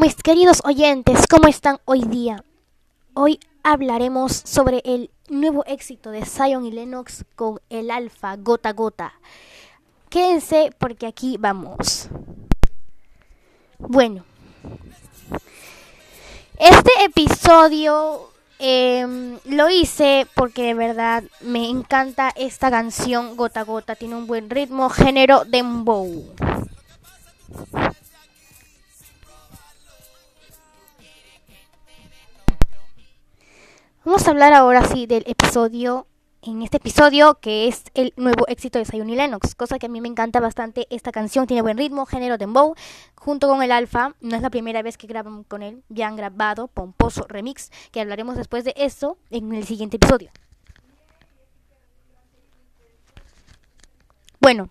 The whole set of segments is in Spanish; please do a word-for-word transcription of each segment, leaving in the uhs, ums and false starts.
Mis queridos oyentes, ¿cómo están hoy día? Hoy hablaremos sobre el nuevo éxito de Zion y Lennox con el Alfa Gota a Gota. Quédense porque aquí vamos. Bueno, este episodio eh, lo hice porque de verdad me encanta esta canción Gota a Gota. Tiene un buen ritmo, género dembow. Vamos a hablar ahora sí del episodio, en este episodio que es el nuevo éxito de Zion y Lennox, cosa que a mí me encanta bastante. Esta canción tiene buen ritmo, género dembow, junto con el Alfa. No es la primera vez que graban con él, ya han grabado Pomposo Remix, que hablaremos después de eso en el siguiente episodio. Bueno,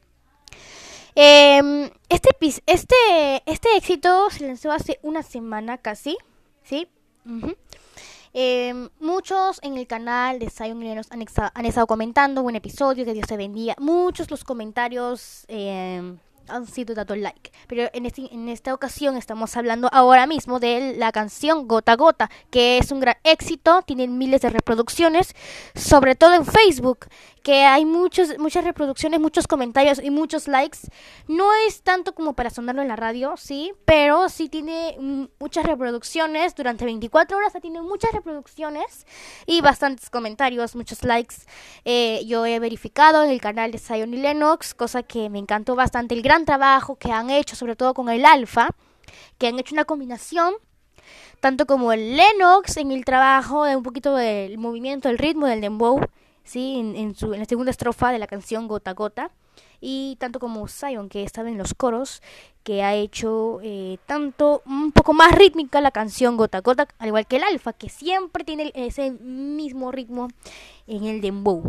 eh, este, este, este éxito se lanzó hace una semana casi, ¿sí? Uh-huh. Eh, muchos en el canal de Zion y Lennox han, exa- han estado comentando buen episodio, que Dios te bendiga. Muchos los comentarios eh, han sido dado like, pero en, este, en esta ocasión estamos hablando ahora mismo de la canción Gota a Gota, que es un gran éxito, tiene miles de reproducciones, sobre todo en Facebook, que hay muchos, muchas reproducciones, muchos comentarios y muchos likes. No es tanto como para sonarlo en la radio, sí, pero sí tiene mm, muchas reproducciones. Durante veinticuatro horas tiene muchas reproducciones y bastantes comentarios, muchos likes. Eh, yo he verificado en el canal de Zion y Lennox, cosa que me encantó bastante, el gran trabajo que han hecho, sobre todo con el Alfa, que han hecho una combinación tanto como el Lennox en el trabajo de un poquito del movimiento, el ritmo del dembow, sí, en, en, su, en la segunda estrofa de la canción Gota a Gota, y tanto como Zion, que estaba en los coros, que ha hecho eh, tanto un poco más rítmica la canción Gota a Gota, al igual que el Alfa, que siempre tiene ese mismo ritmo en el dembow.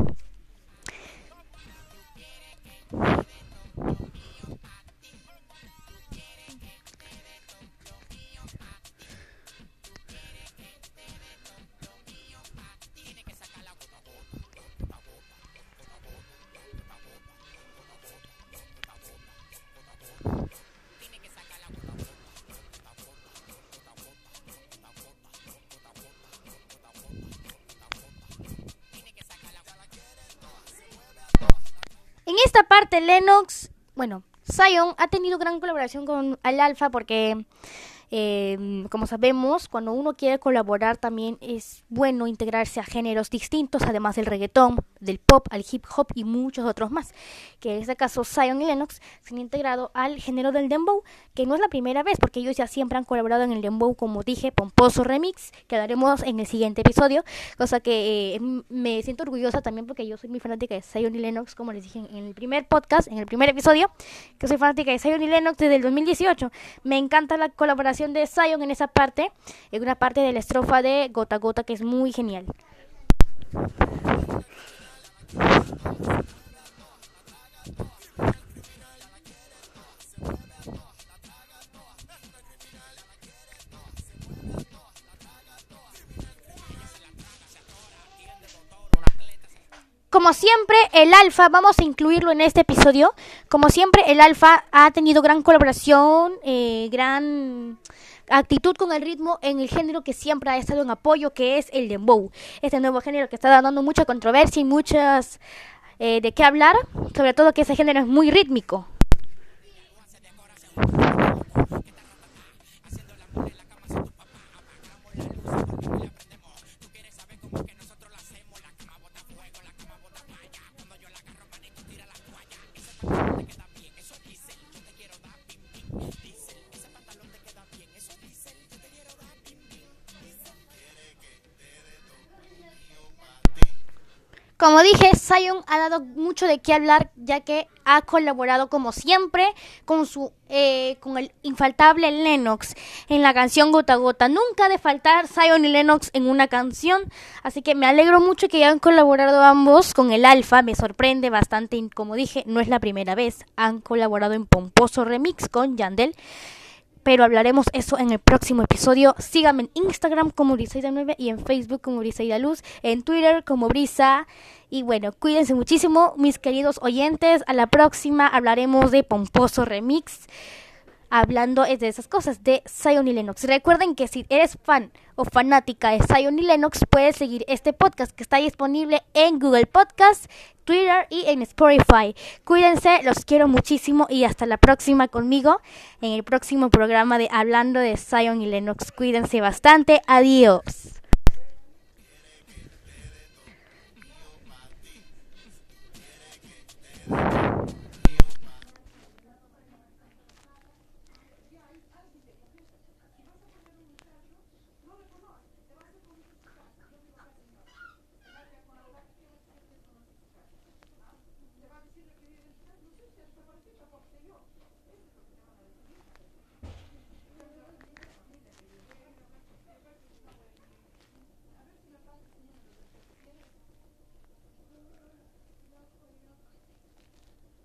En esta parte Lennox, bueno, Zion ha tenido gran colaboración con el Alfa porque, eh, como sabemos, cuando uno quiere colaborar también es bueno integrarse a géneros distintos, además del reggaetón, del pop, al hip hop y muchos otros más. Que en este caso Zion y Lennox se han integrado al género del dembow, que no es la primera vez porque ellos ya siempre han colaborado en el dembow, como dije, Pomposo Remix, que haremos en el siguiente episodio, cosa que eh, me siento orgullosa también porque yo soy muy fanática de Zion y Lennox, como les dije en el primer podcast, en el primer episodio, que soy fanática de Zion y Lennox desde el dos mil dieciocho. Me encanta la colaboración de Zion en esa parte, en una parte de la estrofa de Gota a Gota que es muy genial. Como siempre, el Alfa, vamos a incluirlo en este episodio. Como siempre, el Alfa ha tenido gran colaboración, eh, gran actitud con el ritmo en el género que siempre ha estado en apoyo, que es el dembow. Este nuevo género que está dando mucha controversia y muchas eh, de qué hablar, sobre todo que ese género es muy rítmico. Como dije, Zion ha dado mucho de qué hablar, ya que ha colaborado como siempre con su eh, con el infaltable Lennox en la canción Gota a Gota. Nunca ha de faltar Zion y Lennox en una canción, así que me alegro mucho que hayan colaborado ambos con el Alfa. Me sorprende bastante, y como dije, no es la primera vez. Han colaborado en Pomposo Remix con Yandel, pero hablaremos eso en el próximo episodio. Síganme en Instagram como Brisaida nueve y en Facebook como Brisaida Luz, en Twitter como Brisa. Y bueno, cuídense muchísimo, mis queridos oyentes. A la próxima hablaremos de Pomposo Remix. hablando de esas cosas, de Zion y Lennox. Recuerden que si eres fan o fanática de Zion y Lennox, puedes seguir este podcast que está disponible en Google Podcast, Twitter y en Spotify. Cuídense, los quiero muchísimo y hasta la próxima conmigo en el próximo programa de Hablando de Zion y Lennox. Cuídense bastante, adiós.